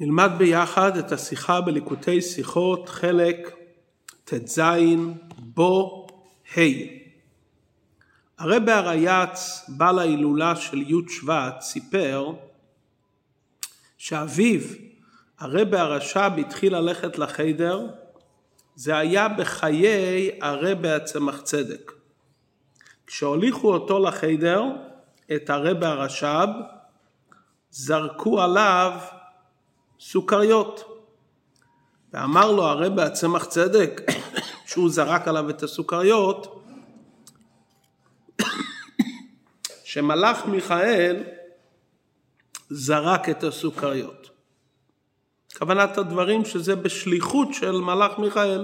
נלמד ביחד את השיחה בליקוטי שיחות חלק ט"ז בו ה'. הרבי הריי"צ בעל ההילולה של י' שבט סיפר שאביו הרבי הרש"ב התחיל ללכת לחדר. זה היה בחיי הרבי הצמח צדק. כשהוליכו אותו לחדר, את הרבי הרש"ב, זרקו עליו סוכריות. ואמר לו הרבי הצמח צדק, שהוא זרק עליו את הסוכריות, שמלאך מיכאל זרק את הסוכריות. כוונת הדברים שזה בשליחות של מלאך מיכאל,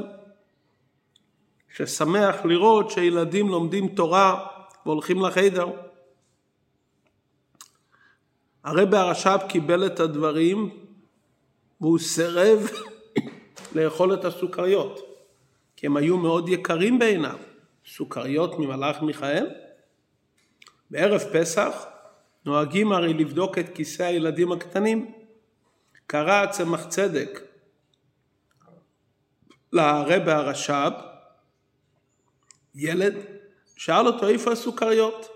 ששמח לראות שילדים לומדים תורה והולכים לחדר. הרבי הרש"ב קיבל את הדברים והוא סירב לאכול את הסוכריות, כי הם היו מאוד יקרים בעיניו. סוכריות ממלאך מיכאל. בערב פסח נוהגים הרי לבדוק את כיסא הילדים הקטנים. קרא הצמח צדק לרבי הרש"ב, ילד, שאל אותו איפה הסוכריות.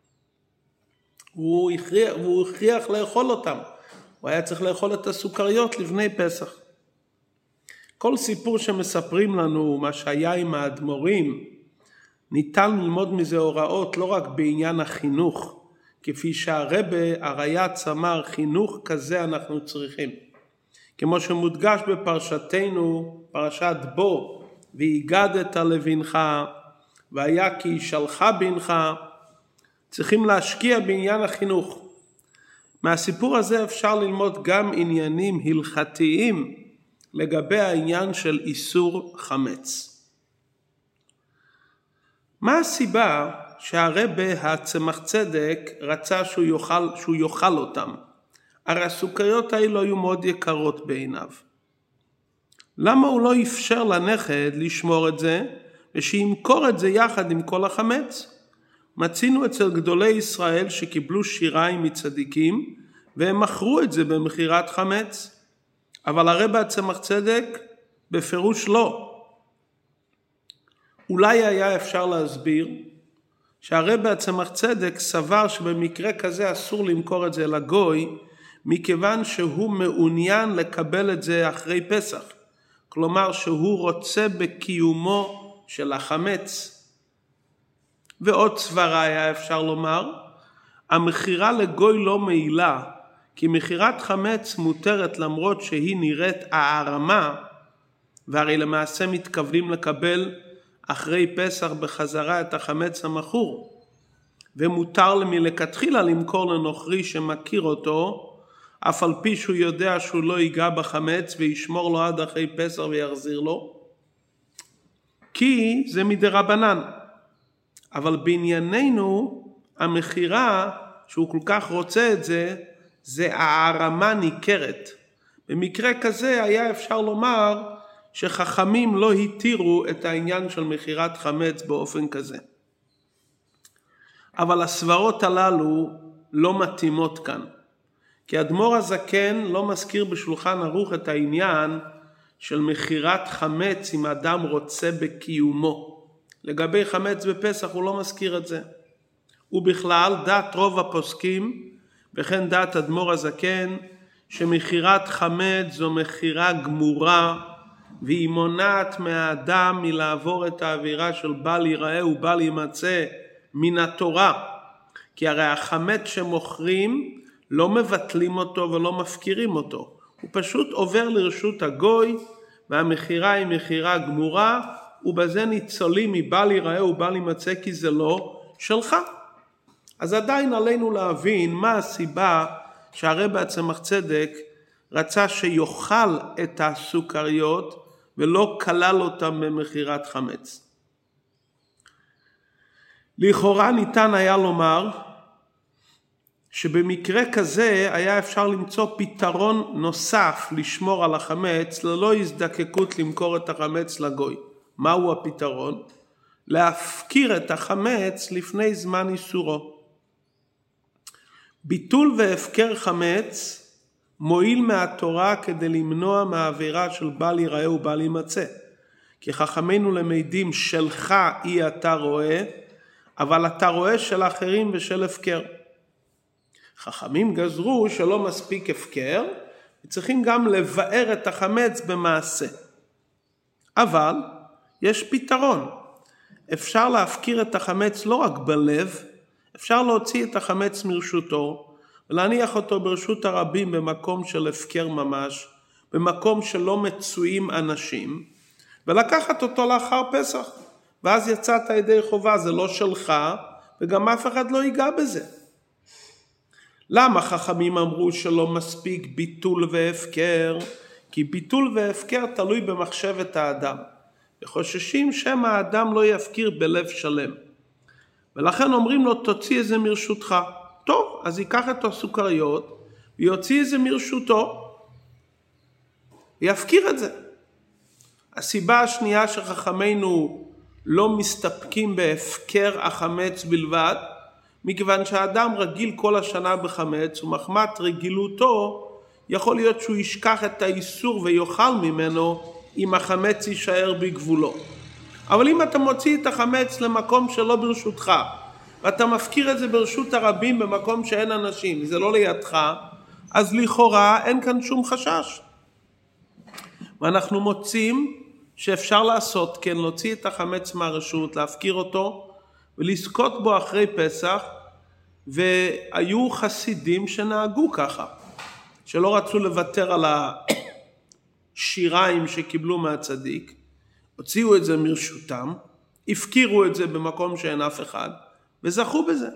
הוא הכריח לאכול אותם. הוא היה צריך לאכול את הסוכריות לפני פסח. כל סיפור שמספרים לנו מה שהיה עם האדמו"רים, ניתן ללמוד מזה הוראות לא רק בעניין החינוך, כפי שהרבי הריי"צ אמר, חינוך כזה אנחנו צריכים. כמו שמודגש בפרשתנו, פרשת בו, והגדת לבנך, והיה כי ישלך בנך, צריכים להשקיע בעניין החינוך. מהסיפור הזה אפשר ללמוד גם עניינים הלכתיים לגבי העניין של איסור חמץ. מה הסיבה שהרבי הצמח צדק רצה שהוא יאכל אותם? הרי הסוכריות האלו היו מאוד יקרות בעיניו. למה הוא לא אפשר לנכד לשמור את זה ושימכור את זה יחד עם כל החמץ? מצינו אצל גדולי ישראל שקיבלו שיריים מצדיקים והם מכרו את זה במחירת חמץ, אבל הרבי הצמח צדק בפירוש לא. אולי היה אפשר להסביר שהרבי הצמח צדק סבר שבמקרה כזה אסור למכור את זה לגוי, מכיוון שהוא מעוניין לקבל את זה אחרי פסח. כלומר שהוא רוצה בקיומו של החמץ. ועוד סברה היה אפשר לומר, המחירה לגוי לא מעילה, כי מחירת חמץ מותרת למרות שהיא נראית הערמה, והרי למעשה מתכוונים לקבל אחרי פסח בחזרה את החמץ המכור, ומותר מלכתחילה למכור לנוכרי שמכיר אותו, אף על פי שהוא יודע שהוא לא ייגע בחמץ וישמור לו עד אחרי פסח ויחזיר לו, כי זה מדרבנן. אבל בענייננו המחירה שהוא כל כך רוצה את זה, זה הערמה ניכרת. במקרה כזה היה אפשר לומר שחכמים לא התירו את העניין של מחירת חמץ באופן כזה. אבל הסברות הללו לא מתאימות כאן. כי אדמו"ר הזקן לא מזכיר בשולחן ערוך את העניין של מחירת חמץ אם אדם רוצה בקיומו. לגבי חמץ בפסח הוא לא מזכיר את זה. ובכלל דעת רוב הפוסקים וכן דעת אדמו"ר הזקן שמחירת חמץ זו מחירה גמורה, והיא מונעת מהאדם מלעבור את האווירה של בל ייראה ובל יימצא מן התורה. כי הרי החמץ שמוכרים לא מבטלים אותו ולא מפקירים אותו. הוא פשוט עובר לרשות הגוי, והמחירה היא מחירה גמורה, ובזה ניצולים מבל ייראה ובל יימצא כי זה לא שלך. אז עדיין עלינו להבין מה הסיבה שהרבי הצמח צדק רצה שיאכל את הסוכריות ולא כלל אותם במחירת חמץ. לכאורה ניתן היה לומר שבמקרה כזה היה אפשר למצוא פתרון נוסף לשמור על החמץ ללא הזדקקות למכור את החמץ לגוי. מהו הפתרון? להפקיר את החמץ לפני זמן איסורו. ביטול והפקר חמץ מועיל מהתורה כדי למנוע מהעבירה של בל ייראה ובל יימצא. כי חכמינו למדים שלך אי אתה רואה, אבל אתה רואה של אחרים ושל הפקר. חכמים גזרו שלא מספיק הפקר, צריכים גם לבאר את החמץ במעשה. אבל יש פתרון. אפשר להפקיר את החמץ לא רק בלב, אפשר להוציא את החמץ מרשותו, ולהניח אותו ברשות הרבים במקום של הפקר ממש, במקום שלא מצויים אנשים, ולקחת אותו לאחר פסח. ואז יצאת ידי חובה, זה לא שלך, וגם אף אחד לא ייגע בזה. למה חכמים אמרו שלא מספיק ביטול והפקר? כי ביטול והפקר תלוי במחשבת האדם. וחוששים שמא האדם לא יפקיר בלב שלם. ולכן אומרים לו, תוציא איזה מרשותך. טוב, אז ייקח את הסוכריות, ויוציא איזה מרשותו, ויפקיר את זה. הסיבה השנייה שחכמינו לא מסתפקים בהפקר החמץ בלבד, מכיוון שהאדם רגיל כל השנה בחמץ, ומחמת רגילותו, יכול להיות שהוא ישכח את האיסור ויאכל ממנו, אם החמץ יישאר בגבולו. אבל אם אתה מוציא את החמץ למקום שלא ברשותך, ואתה מפקיר את זה ברשות הרבים במקום שאין אנשים, וזה לא לידך, אז לכאורה אין כאן שום חשש. ואנחנו מוצאים שאפשר לעשות, כן, להוציא את החמץ מהרשות, להפקיר אותו, ולזכות בו אחרי פסח, והיו חסידים שנהגו ככה, שלא רצו לוותר על השיריים שקיבלו מהצדיק, הוציאו את זה מרשותם, הפקירו את זה במקום שאין אף אחד, וזכו בזה.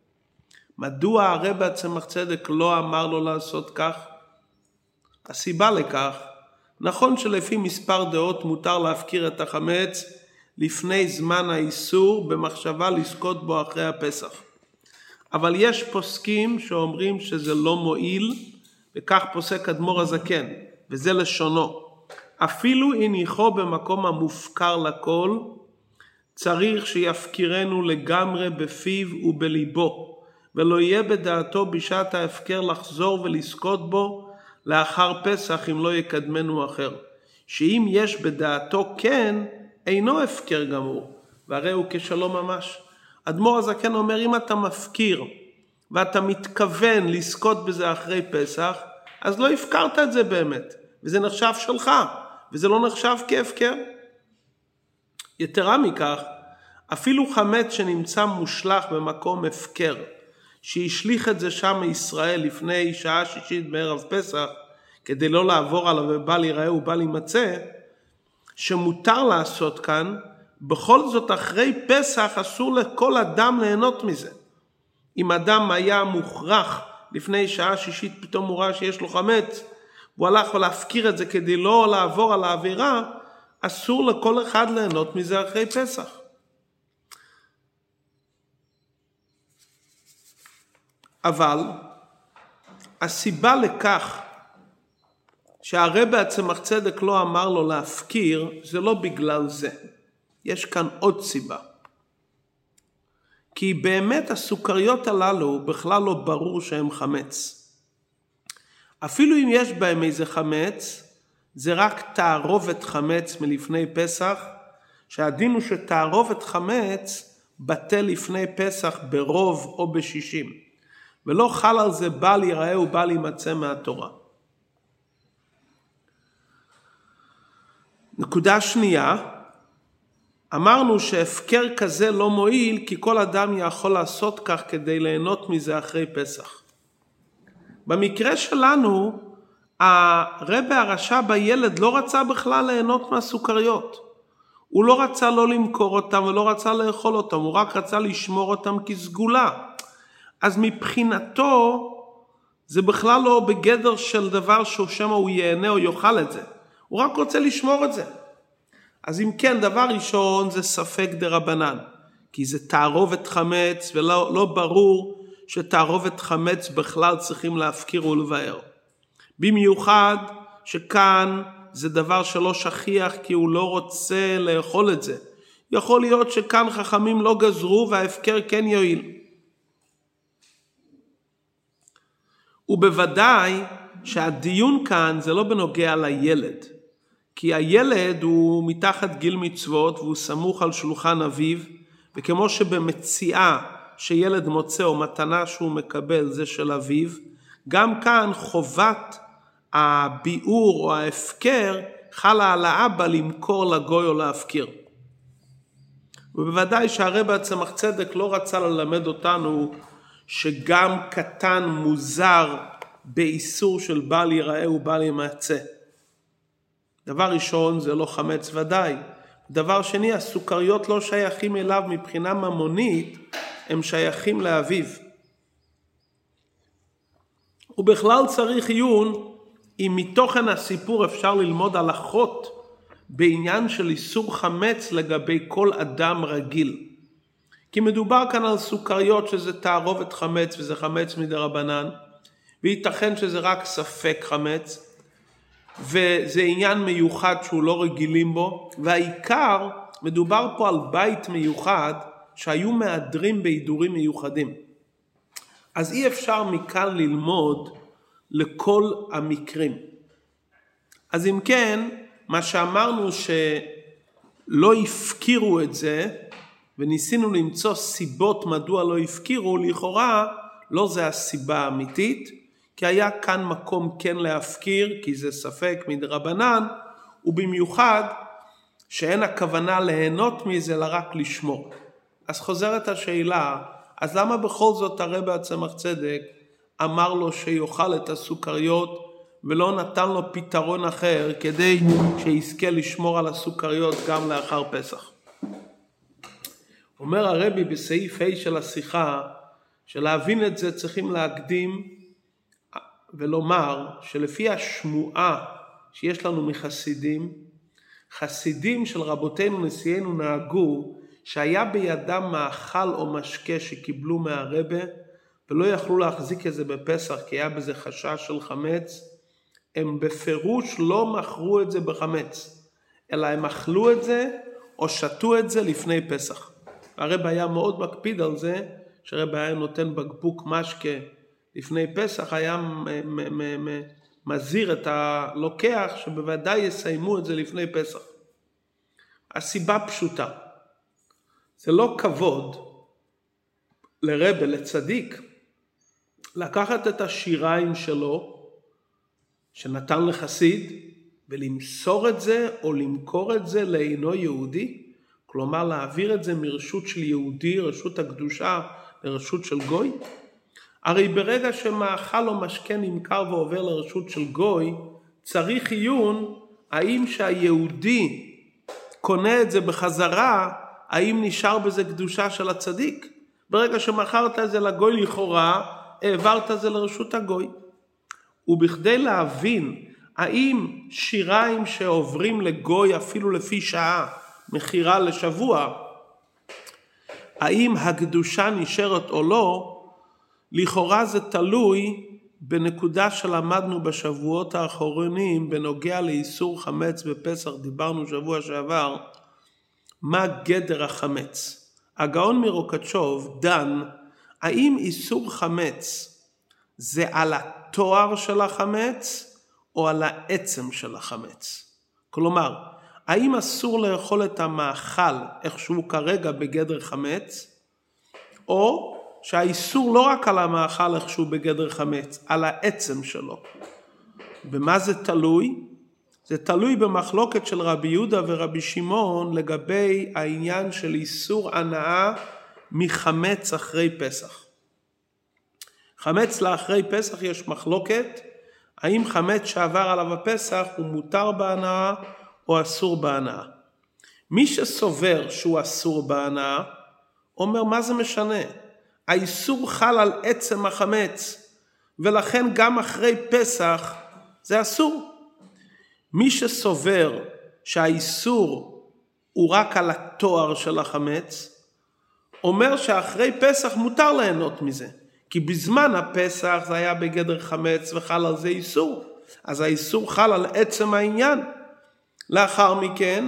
מדוע הרב הצמח צדק לא אמר לו לעשות כך? הסיבה לכך, נכון שלפי מספר דעות מותר להפקיר את החמץ לפני זמן האיסור במחשבה לזכות בו אחרי הפסח. אבל יש פוסקים שאומרים שזה לא מועיל, וכך פוסק אדמו"ר הזקן, וזה לשונו. אפילו הניחו במקום המופקר לכל, צריך שיפקירנו לגמרי בפיו ובליבו, ולא יהיה בדעתו בשעת ההפקר לחזור ולזכות בו לאחר פסח אם לא יקדמנו אחר. שאם יש בדעתו כן, אינו הפקר גמור, והרי הוא כשלום ממש. אדמו"ר הזקן אומר, אם אתה מפקיר ואתה מתכוון לזכות בזה אחרי פסח, אז לא הפקרת את זה באמת, וזה נחשב שלך, וזה לא נחשב כהפקר. יתרה מכך, אפילו חמץ שנמצא מושלך במקום הפקר, שהשליך את זה שם מישראל לפני שעה שישית בערב פסח, כדי לא לעבור עליו ובל ייראה ובל יימצא, שמותר לעשות כאן, בכל זאת אחרי פסח אסור לכל אדם ליהנות מזה. אם אדם היה מוכרח לפני שעה שישית, פתאום הוא ראה שיש לו חמץ, והוא הלך להפקיר את זה כדי לא לעבור על האווירה, אסור לכל אחד ליהנות מזה אחרי פסח. אבל הסיבה לכך שהרב הצמח צדק לא אמר לו להפקיר, זה לא בגלל זה. יש כאן עוד סיבה. כי באמת הסוכריות הללו בכלל לא ברור שהם חמץ. אפילו אם יש בהם איזה חמץ, זה רק תערובת חמץ מלפני פסח, שהדין הוא שתערובת חמץ בטל לפני פסח ברוב או בשישים, ולא חל על זה בל ייראה ובל יימצא מהתורה. נקודה שנייה, אמרנו שהפקר כזה לא מועיל, כי כל אדם יכול לעשות כך כדי ליהנות מזה אחרי פסח. במקרה שלנו, הרבי הרשע בילד לא רצה בכלל ליהנות מהסוכריות. הוא לא רצה לא למכור אותם ולא רצה לאכול אותם, הוא רק רצה לשמור אותם כסגולה. אז מבחינתו, זה בכלל לא בגדר של דבר שהוא שמא הוא ייהנה או יאכל את זה. הוא רק רוצה לשמור את זה. אז אם כן, דבר ראשון זה ספק דרבנן, כי זה תערובת חמץ, ולא ברור שתערובת חמץ בכלל צריכים להפקיר ולבאר. במיוחד שכאן זה דבר שלא שכיח, כי הוא לא רוצה לאכול את זה. יכול להיות שכאן חכמים לא גזרו וההפקר כן יועיל. ובוודאי שהדיון כאן זה לא בנוגע לילד, כי הילד הוא מתחת גיל מצוות והוא סמוך על שולחן אביו, וכמו שבמציאה שילד מוצא או מתנה שהוא מקבל זה של אביו, גם כאן חובת הביאור או ההפקר חלה על האבא למכור לגוי או להפקיר. ובוודאי שהרב הצמח צדק לא רצה ללמד אותנו שגם קטן מוזר באיסור של בל ייראה ובל יימצא. דבר ראשון זה לא חמץ ודאי. דבר שני, הסוכריות לא שייכים אליו מבחינה ממונית, הם שייכים לאביו. ובכלל צריך עיון אם מתוכן הסיפור אפשר ללמוד הלכות בעניין של איסור חמץ לגבי כל אדם רגיל. כי מדובר כאן על סוכריות שזה תערובת חמץ וזה חמץ מדרבנן, וייתכן שזה רק ספק חמץ, וזה עניין מיוחד שהוא לא רגילים בו, והעיקר מדובר פה על בית מיוחד שהיו מאדרים בהידורים מיוחדים. אז אי אפשר מכאן ללמוד לכל המקרים. אז אם כן, מה שאמרנו שלא הפקירו את זה, וניסינו למצוא סיבות מדוע לא הפקירו, לכאורה לא זה הסיבה האמיתית, כי היה כאן מקום כן להפקיר, כי זה ספק מדרבנן, ובמיוחד שאין הכוונה ליהנות מזה, אלא רק לשמור. אז חוזרת השאלה, אז למה בכל זאת הרב הצמח צדק אמר לו שיאכל את הסוכריות, ולא נתן לו פתרון אחר כדי שיזכה לשמור על הסוכריות גם לאחר פסח? אומר הרבי בסעיף ה' של השיחה, שלהבין את זה צריכים להקדים ולומר שלפי השמועה שיש לנו מחסידים, חסידים של רבותינו נשיאנו נהגו שהיה בידם מאכל או משקה שקיבלו מהרבה ולא יכלו להחזיק את זה בפסח כי היה בזה חשש של חמץ, הם בפירוש לא מכרו את זה בחמץ, אלא הם אכלו את זה או שתו את זה לפני פסח. הרב היה מאוד מקפיד על זה, שהרב היה נותן בקבוק משקה לפני פסח, היה מזהיר את הלוקח שבוודאי יסיימו את זה לפני פסח. הסיבה פשוטה, זה לא כבוד לרב, לצדיק, לקחת את השיריים שלו שנתן לחסיד ולמסור את זה או למכור את זה לאינו יהודי, כלומר להעביר את זה מרשות של יהודי, רשות הקדושה, לרשות של גוי. הרי ברגע שמאכל או משקה נמכר ועובר לרשות של גוי, צריך עיון האם שהיהודי קונה את זה בחזרה, האם נשאר בזה קדושה של הצדיק. ברגע שמכרת את זה לגוי לכאורה, העברת את זה לרשות הגוי. ובכדי להבין האם שיריים שעוברים לגוי אפילו לפי שעה, מחירה לשבוע, האם הקדושה נשארת או לא, לכאורה זה תלוי בנקודה שלמדנו בשבועות האחרונים בנוגע לאיסור חמץ בפסח, דיברנו שבוע שעבר, מה גדר החמץ. הגאון מרוקצ'וב דן, האם איסור חמץ זה על התואר של החמץ או על העצם של החמץ? כלומר, האם אסור לאכול את המאכל איכשהו כרגע בגדר חמץ, או שהאיסור לא רק על המאכל איכשהו בגדר חמץ, על העצם שלו. במה זה תלוי? זה תלוי במחלוקת של רבי יהודה ורבי שמעון לגבי העניין של איסור הנאה מחמץ אחרי פסח. חמץ לאחרי פסח יש מחלוקת, האם חמץ שעבר עליו הפסח הוא מותר בהנאה או אסור בהנאה. מי שסובר שהוא אסור בהנאה, אומר מה זה משנה? האיסור חל על עצם החמץ, ולכן גם אחרי פסח זה אסור. מי שסובר שהאיסור הוא רק על התואר של החמץ, אומר שאחרי פסח מותר ליהנות מזה. כי בזמן הפסח זה היה בגדר חמץ וחל על זה איסור. אז האיסור חל על עצם העניין. לאחר מכן,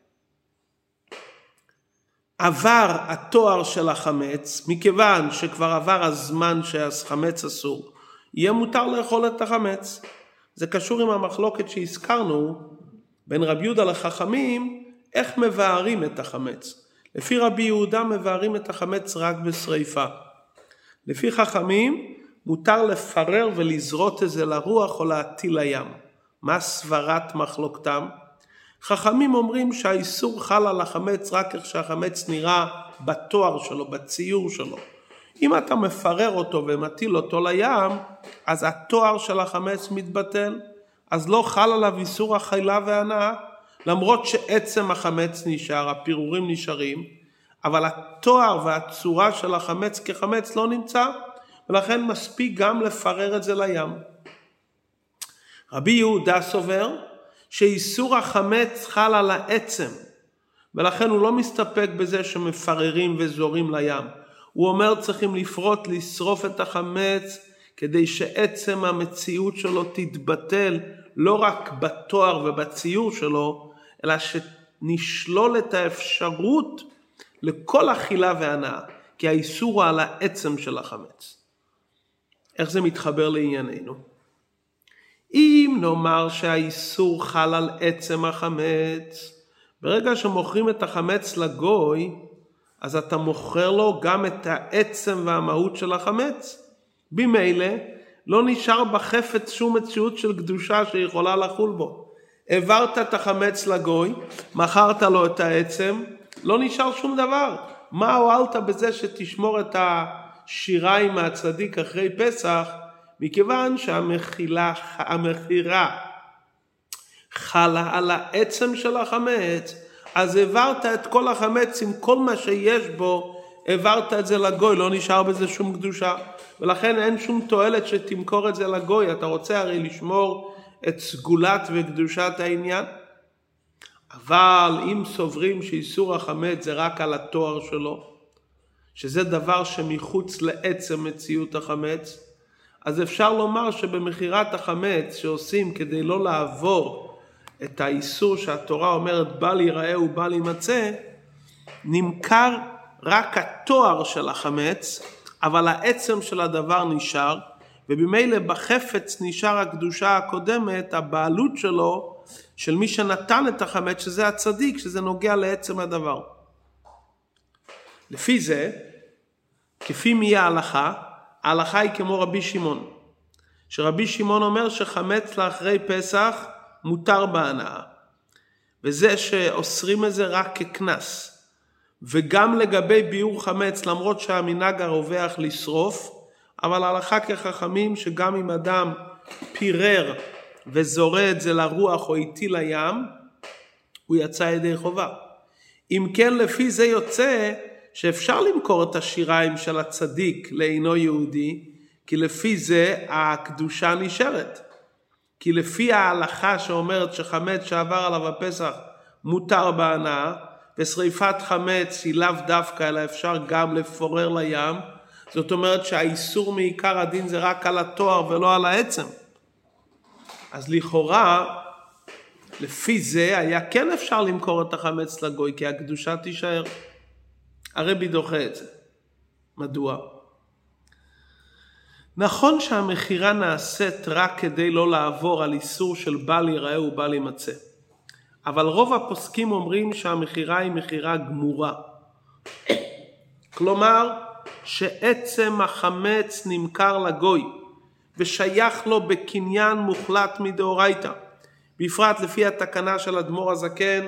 עבר התואר של החמץ, מכיוון שכבר עבר הזמן שהחמץ אסור, יהיה מותר לאכול את החמץ. זה קשור עם המחלוקת שהזכרנו בין רבי יהודה לחכמים, איך מבארים את החמץ. לפי רבי יהודה מבארים את החמץ רק בשריפה. לפי חכמים מותר לפרר ולזרות את זה לרוח או להטיל לים. מה סברת מחלוקתם? חכמים אומרים שהאיסור חל על החמץ רק איך שהחמץ נראה בתואר שלו, בציור שלו. אם אתה מפרר אותו ומטיל אותו לים, אז התואר של החמץ מתבטל, אז לא חל עליו איסור אכילה והנאה, למרות שעצם החמץ נשאר, הפירורים נשארים, אבל התואר והצורה של החמץ כחמץ לא נמצא, ולכן מספיק גם לפרר את זה לים. רבי יהודה סובר שאיסור החמץ חל על העצם, ולכן הוא לא מסתפק בזה שמפררים וזורים לים. הוא אומר צריכים לפרוט, לשרוף את החמץ, כדי שעצם המציאות שלו תתבטל, לא רק בתואר ובציור שלו, אלא שנשלול את האפשרות לכל אכילה והנאה, כי האיסור הוא על העצם של החמץ. איך זה מתחבר לענייננו? אם נאמר שהאיסור חל על עצם החמץ, ברגע שמוכרים את החמץ לגוי, אז אתה מוכר לו גם את העצם והמהות של החמץ. במילא לא נשאר בחפץ שום מציאות של קדושה שיכולה לחול בו. העברת את החמץ לגוי, מכרת לו את העצם, לא נשאר שום דבר. מה הועלת בזה שתשמור את השיריים מהצדיק אחרי פסח? מכיוון שהמכירה חלה על העצם של החמץ, אז העברת את כל החמץ עם כל מה שיש בו, העברת את זה לגוי, לא נשאר בזה שום קדושה, ולכן אין שום תועלת שתמכור את זה לגוי. אתה רוצה הרי לשמור את סגולת וקדושת העניין. אבל אם סוברים שאיסור החמץ זה רק על התואר שלו, שזה דבר שמחוץ לעצם מציאות החמץ, אז אפשר לומר שבמכירת החמץ שעושים כדי לא לעבור את האיסור שהתורה אומרת בל ייראה ובל יימצא, נמכר רק התואר של החמץ, אבל העצם של הדבר נשאר, ובמילא בחפץ נשאר הקדושה הקודמת, הבעלות שלו, של מי שנתן את החמץ, שזה הצדיק, שזה נוגע לעצם הדבר. לפי זה, כפי מי ההלכה? ההלכה היא כמו רבי שמעון, שרבי שמעון אומר שחמץ לאחרי פסח מותר בהנאה, וזה שאוסרים את זה רק ככנס. וגם לגבי ביור חמץ, למרות שהמנהג הרווח לשרוף, אבל ההלכה כחכמים שגם אם אדם פירר וזורה את זה לרוח או הטיל לים, הוא יצא ידי חובה. אם כן, לפי זה יוצא שאפשר למכור את השיריים של הצדיק לאינו יהודי, כי לפי זה הקדושה נשארת. כי לפי ההלכה שאומרת שחמץ שעבר עליו הפסח מותר בהנאה, ושריפת חמץ היא לאו דווקא, אלא אפשר גם לפורר לים, זאת אומרת שהאיסור מעיקר הדין זה רק על התואר ולא על העצם. אז לכאורה, לפי זה היה כן אפשר למכור את החמץ לגוי, כי הקדושה תישאר. הרבי דוחה את זה. מדוע? נכון שהמכירה נעשית רק כדי לא לעבור על איסור של בל ייראה ובל יימצא. אבל רוב הפוסקים אומרים שהמכירה היא מכירה גמורה. כלומר, שעצם החמץ נמכר לגוי, ושייך לו בקניין מוחלט מדאורייתא. בפרט לפי התקנה של אדמו"ר הזקן,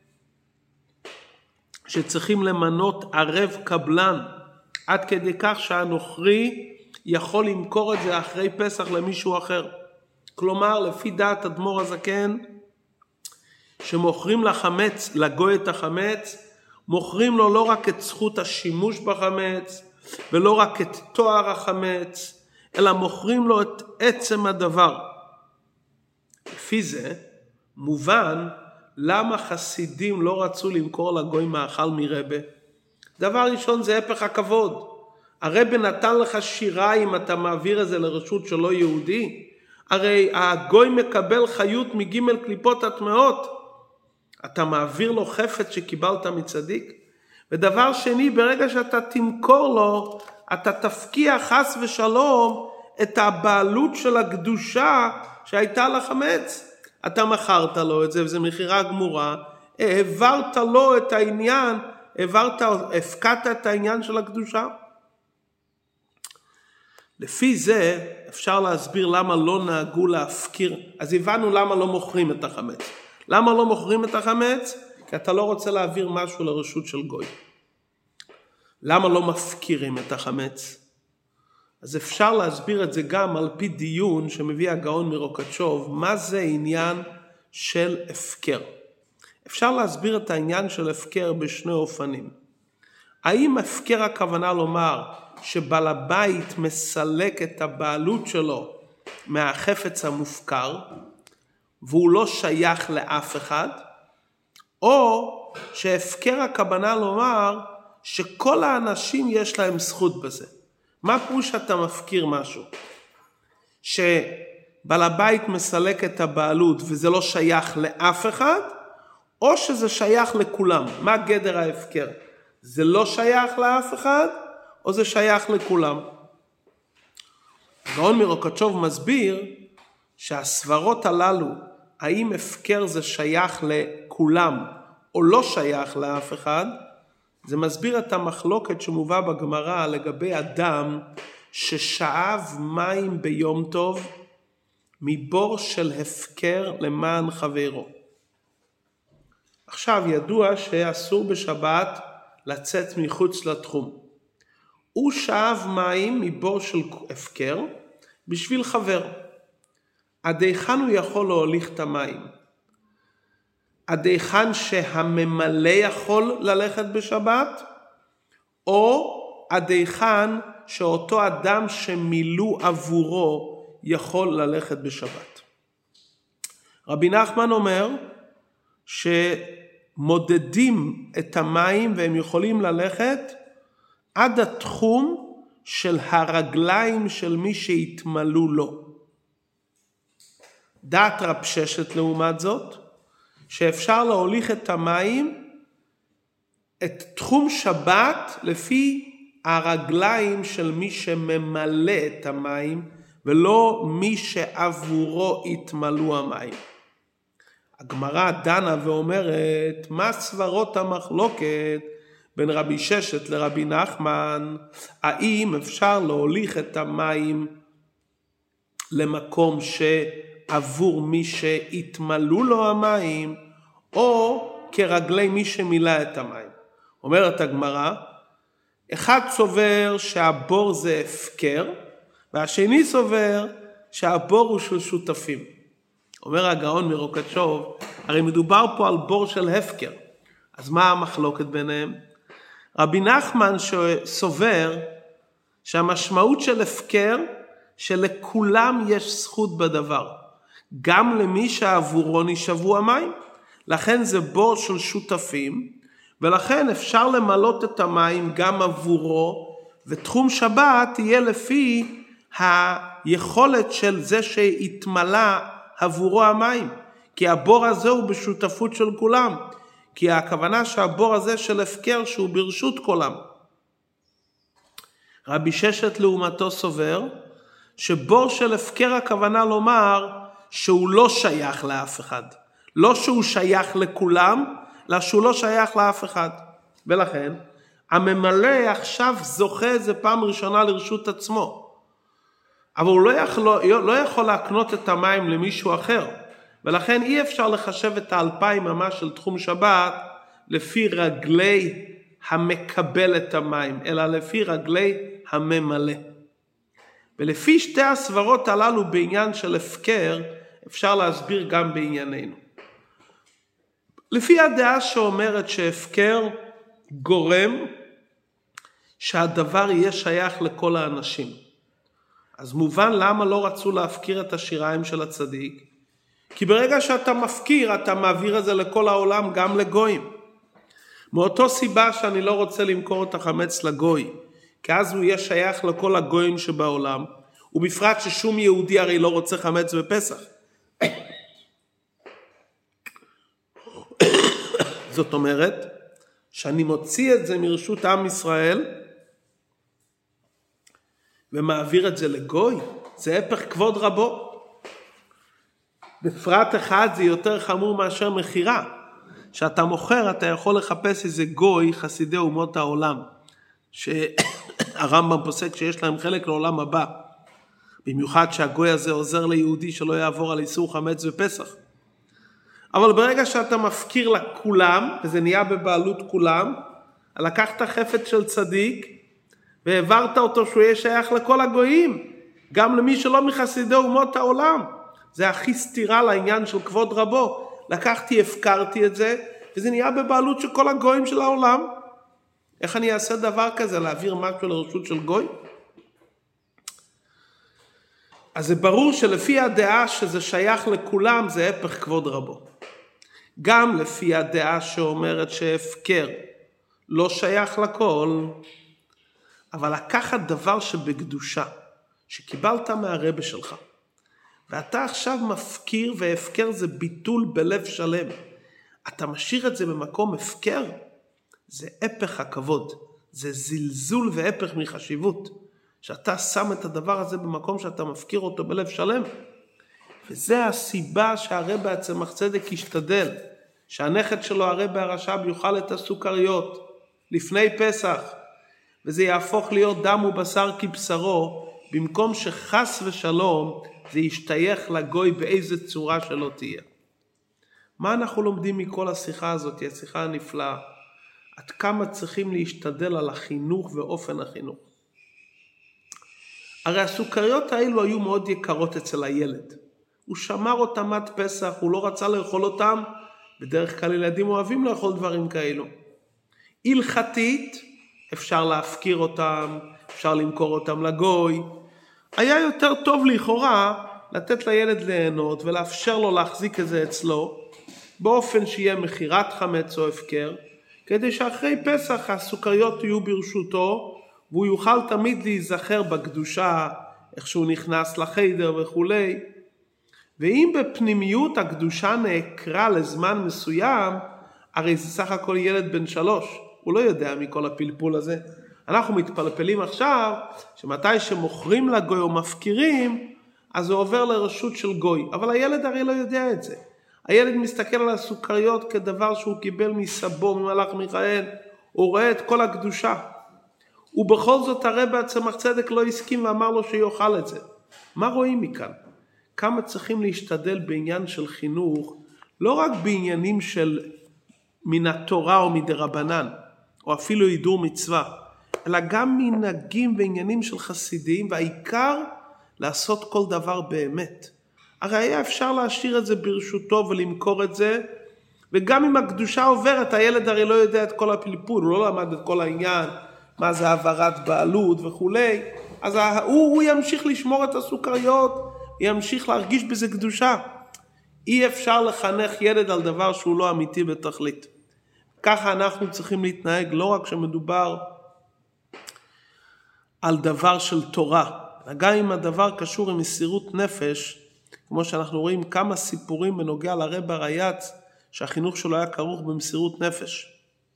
שצריכים למנות ערב קבלן, עד כדי כך שהנוכרי יכול למכור את זה אחרי פסח למישהו אחר. כלומר, לפי דעת אדמו"ר הזקן, שמוכרים לחמץ, לגוי את החמץ, מוכרים לו לא רק את זכות השימוש בחמץ, ולא רק את תואר החמץ, אלא מוכרים לו את עצם הדבר. לפי זה, מובן למה חסידים לא רצו למכור לגוי מאכל מרבה. דבר ראשון זה הפך הכבוד. הרבי נתן לך שירה אם אתה מעביר את זה לרשות שלא יהודי. הרי הגוי מקבל חיות מג' קליפות הטמעות. אתה מעביר לו חפץ שקיבלת מצדיק. ודבר שני, ברגע שאתה תמכור לו, אתה תפקיע חס ושלום את הבעלות של הקדושה שהייתה לחמץ. אתה מכרת לו את זה, וזה מחירה גמורה, העברת לו את העניין, הפקעת את העניין של הקדושה. לפי זה אפשר להסביר למה לא נהגו להפקיר. אז הבנו למה לא מוכרים את החמץ. למה לא מוכרים את החמץ? כי אתה לא רוצה להעביר משהו לרשות של גוי. למה לא מפקירים את החמץ? אז אפשר להסביר את זה גם על פי דיון שמביא הגאון מרוקצ'וב, מה זה עניין של הפקר. אפשר להסביר את העניין של הפקר בשני אופנים. האם הפקר הכוונה לומר שבעל הבית מסלק את הבעלות שלו מהחפץ המופקר, והוא לא שייך לאף אחד, או שהפקר הכוונה לומר שכל האנשים יש להם זכות בזה. מה פירוש שאתה מפקיר משהו? שבעל הבית מסלק את הבעלות וזה לא שייך לאף אחד, או שזה שייך לכולם? מה גדר ההפקר? זה לא שייך לאף אחד, או זה שייך לכולם? הגאון מרוקצ'וב מסביר שהסברות הללו, האם הפקר זה שייך לכולם או לא שייך לאף אחד, זה מסביר את המחלוקת שמובא בגמרא לגבי אדם ששאב מים ביום טוב מבור של הפקר למען חברו. עכשיו ידוע שאסור בשבת לצאת מחוץ לתחום. הוא שאב מים מבור של הפקר בשביל חבר. עד היכן הוא יכול להוליך את המים? עד היכן שהממלא יכול ללכת בשבת? או עד היכן שאותו אדם שמילאו עבורו יכול ללכת בשבת? רבי נחמן אומר שמודדים את המים והם יכולים ללכת עד התחום של הרגליים של מי שהתמלאו לו. דעת רב ששת לעומת זאת, שאפשר להוליך את המים, את תחום שבת, לפי הרגליים של מי שממלא את המים, ולא מי שעבורו התמלאו המים. הגמרא דנה ואומרת, מה סברות המחלוקת בין רבי ששת לרבי נחמן? האם אפשר להוליך את המים למקום שעבור מי שהתמלאו לו המים, או כרגלי מי שמילא את המים? אומרת הגמרא, אחד סובר שהבור זה הפקר, והשני סובר שהבור הוא של שותפים. אומר הגאון מרוקצ'וב, הרי מדובר פה על בור של הפקר, אז מה המחלוקת ביניהם? רבי נחמן סובר שהמשמעות של הפקר, שלכולם יש זכות בדבר, גם למי שעבורו נשאבו המים. לכן זה בור של שותפים, ולכן אפשר למלות את המים גם עבורו, ותחום שבת תהיה לפי היכולת של זה שהתמלא עבורו המים, כי הבור הזה הוא בשותפות של כולם, כי הכוונה שהבור הזה של הפקר שהוא ברשות כולם. רבי ששת לעומתו סובר שבור של הפקר הכוונה לומר שהוא לא שייך לאף אחד, לא שהוא שייך לכולם, אלא שהוא לא שייך לאף אחד. ולכן הממלא עכשיו זוכה זה פעם ראשונה לרשות עצמו, אבל הוא לא יכול להקנות את המים למישהו אחר, ולכן אי אפשר לחשב את 2,000 ממש של תחום שבת לפי רגלי המקבל את המים, אלא לפי רגלי הממלא. ולפי שתי הסברות הללו בעניין של הפקר, אפשר להסביר גם בענייננו. לפי הדעה שאומרת שהפקר גורם שהדבר יהיה שייך לכל האנשים, אז מובן למה לא רצו להפקיר את השיריים של הצדיק, כי ברגע שאתה מפקיר אתה מעביר את זה לכל העולם, גם לגויים. מאותו סיבה שאני לא רוצה למכור את החמץ לגוי, כי אז הוא יהיה שייך לכל הגויים שבעולם, ובפרט ששום יהודי הרי לא רוצה חמץ בפסח. זאת אומרת שאני מוציא את זה מרשות עם ישראל ומעביר את זה לגוי, זה הפך כבוד רבו. בפרט אחד זה יותר חמור מאשר מחירה. שאתה מוכר, אתה יכול לחפש איזה גוי חסידי אומות העולם, שהרמב"ם פוסק שיש להם חלק לעולם הבא. במיוחד שהגוי הזה עוזר ליהודי שלא יעבור על איסור חמץ ופסח. אבל ברגע שאתה מפקיר לכולם, וזה נהיה בבעלות כולם, לקחת חפץ של צדיק, והעברת אותו שהוא יהיה שייך לכל הגויים, גם למי שלא מחסידי אומות העולם. זה הכי סתירה לעניין של כבוד רבו. לקחתי, הפקרתי את זה, וזה נהיה בבעלות של כל הגויים של העולם. איך אני אעשה דבר כזה, להעביר משהו לרשות של גוי? אז זה ברור שלפי הדעה שזה שייך לכולם, זה הפך כבוד רבו. גם לפי הדעה שאומרת שהפקר לא שייך לכל, אבל לקחת דבר שבקדושה, שקיבלת מהרבא שלך, ואתה עכשיו מפקיר, והפקר זה ביטול בלב שלם. אתה משאיר את זה במקום הפקר, זה הפך הכבוד, זה זלזול והפך מחשיבות. שאתה שם את הדבר הזה במקום שאתה מפקיר אותו בלב שלם. וזה הסיבה שהרבא הצמח צדק ישתדל, שהנכד שלו הרבא הרש"ב יאכל את הסוכריות לפני פסח, וזה יהפוך להיות דם ובשר כבשרו, במקום שחס ושלום זה ישתייך לגוי באיזה צורה שלא תהיה. מה אנחנו לומדים מכל השיחה הזאת? היא השיחה הנפלאה. עד כמה צריכים להשתדל על החינוך ואופן החינוך. הרי הסוכריות האלו היו מאוד יקרות אצל הילד. הוא שמר אותם עד פסח, הוא לא רצה לאכול אותם. בדרך כלל ילדים אוהבים לאכול דברים כאלו. הלכתית, אפשר להפקיר אותם, אפשר למכור אותם לגוי. היה יותר טוב לכאורה לתת לילד ליהנות ולאפשר לו להחזיק את זה אצלו, באופן שיהיה מחירת חמץ או הפקר, כדי שאחרי פסח הסוכריות יהיו ברשותו, והוא יוכל תמיד להיזכר בקדושה, איך שהוא נכנס לחדר וכו'. ואם בפנימיות הקדושה נעקרה לזמן מסוים, הרי זה סך הכל ילד בן 3, הוא לא יודע מכל הפלפול הזה. אנחנו מתפלפלים עכשיו, שמתי שמוכרים לגוי או מפקירים, אז הוא עובר לרשות של גוי. אבל הילד הרי לא יודע את זה. הילד מסתכל על הסוכריות כדבר שהוא קיבל מסבו, ממלאך מיכאל, הוא רואה את כל הקדושה. ובכל זאת הרבא הצמח צדק לא הסכים ואמר לו שיאכל את זה. מה רואים מכאן? כמה צריכים להשתדל בעניין של חינוך, לא רק בעניינים של מן התורה או מדרבנן, או אפילו הידור מצווה, אלא גם מנהגים ועניינים של חסידים, והעיקר לעשות כל דבר באמת. הרי היה אפשר להשאיר את זה ברשותו ולמכור את זה, וגם אם הקדושה עוברת, הילד הרי לא יודע את כל הפלפול, הוא לא למד את כל העניין, מה זה העברת בעלות וכו'. אז הוא ימשיך לשמור את הסוכריות, ימשיך להרגיש בזה קדושה. אי אפשר לחנך ילד על דבר שהוא לא אמיתי בתכלית. ככה אנחנו צריכים להתנהג, לא רק שמדובר על דבר של תורה, גם אם הדבר קשור עם מסירות נפש, כמו שאנחנו רואים כמה סיפורים בנוגע לרבא ריי"צ, שהחינוך שלו היה כרוך במסירות נפש.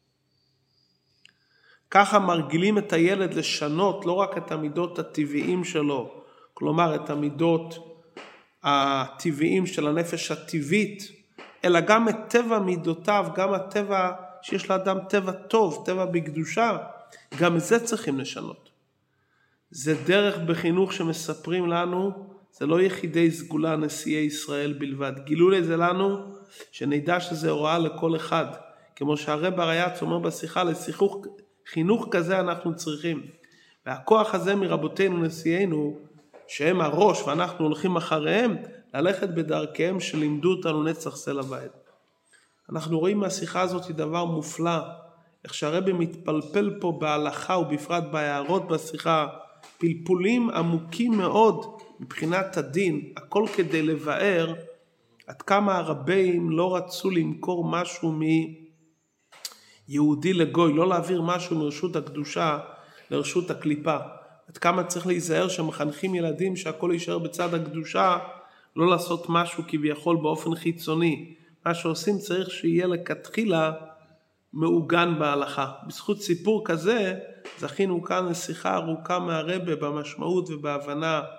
ככה מרגילים את הילד לשנות לא רק את המידות הטבעיים שלו, כלומר את המידות הטבעיים של הנפש הטבעית, אלא גם את טבע מידותיו, גם הטבע שיש לאדם טבע טוב, טבע בקדושה, גם את זה צריכים לשנות. זה דרך בחינוך שמספרים לנו, זה לא יחידי סגולה נשיאי ישראל בלבד. גילו לזה לנו שנדע שזה הוראה לכל אחד. כמו שהרבא ריי"צ אומר בשיחה, חינוך כזה אנחנו צריכים. והכוח הזה מרבותינו נשיאינו, שהם הראש ואנחנו הולכים אחריהם, ללכת בדרכיהם שלימדו אותנו נצח סלע ועד. אנחנו רואים מהשיחה הזאת דבר מופלא, איך שהרבא מתפלפל פה בהלכה ובפרט בהערות בשיחה, פלפולים עמוקים מאוד מבחינת הדין, הכל כדי לבאר עד כמה הרבים לא רצו למכור משהו מיהודי לגוי, לא להעביר משהו מרשות הקדושה לרשות הקליפה. עד כמה צריך להיזהר שמחנכים ילדים שהכל יישאר בצד הקדושה, לא לעשות משהו כביכול באופן חיצוני. מה שעושים צריך שיהיה לכתחילה מעוגן בהלכה. בזכות סיפור כזה זכינו כאן לשיחה ארוכה מהרבא במשמעות ובהבנה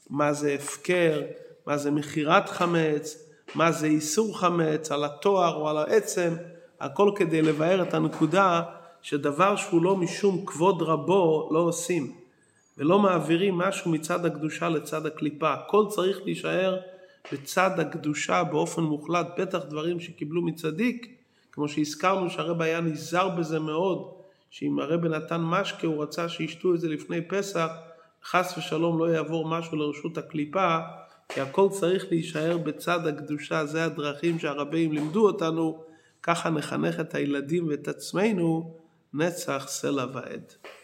מה זה הפקר, מה זה מחירת חמץ, מה זה איסור חמץ על התואר או על העצם, הכל כדי לבאר את הנקודה שדבר שהוא לא משום כבוד רבו לא עושים, ולא מעבירים משהו מצד הקדושה לצד הקליפה. הכל צריך להישאר בצד הקדושה באופן מוחלט, בטח דברים שקיבלו מצדיק, כמו שהזכרנו שהרב היה נזהר בזה מאוד, שאם הרב נתן משקה הוא רצה שישתו את זה לפני פסח, חס ושלום לא יעבור משהו לרשות הקליפה, כי הכל צריך להישאר בצד הקדושה. זה הדרכים שהרבים לימדו אותנו, ככה נחנך את הילדים ואת עצמנו, נצח סלע ועד.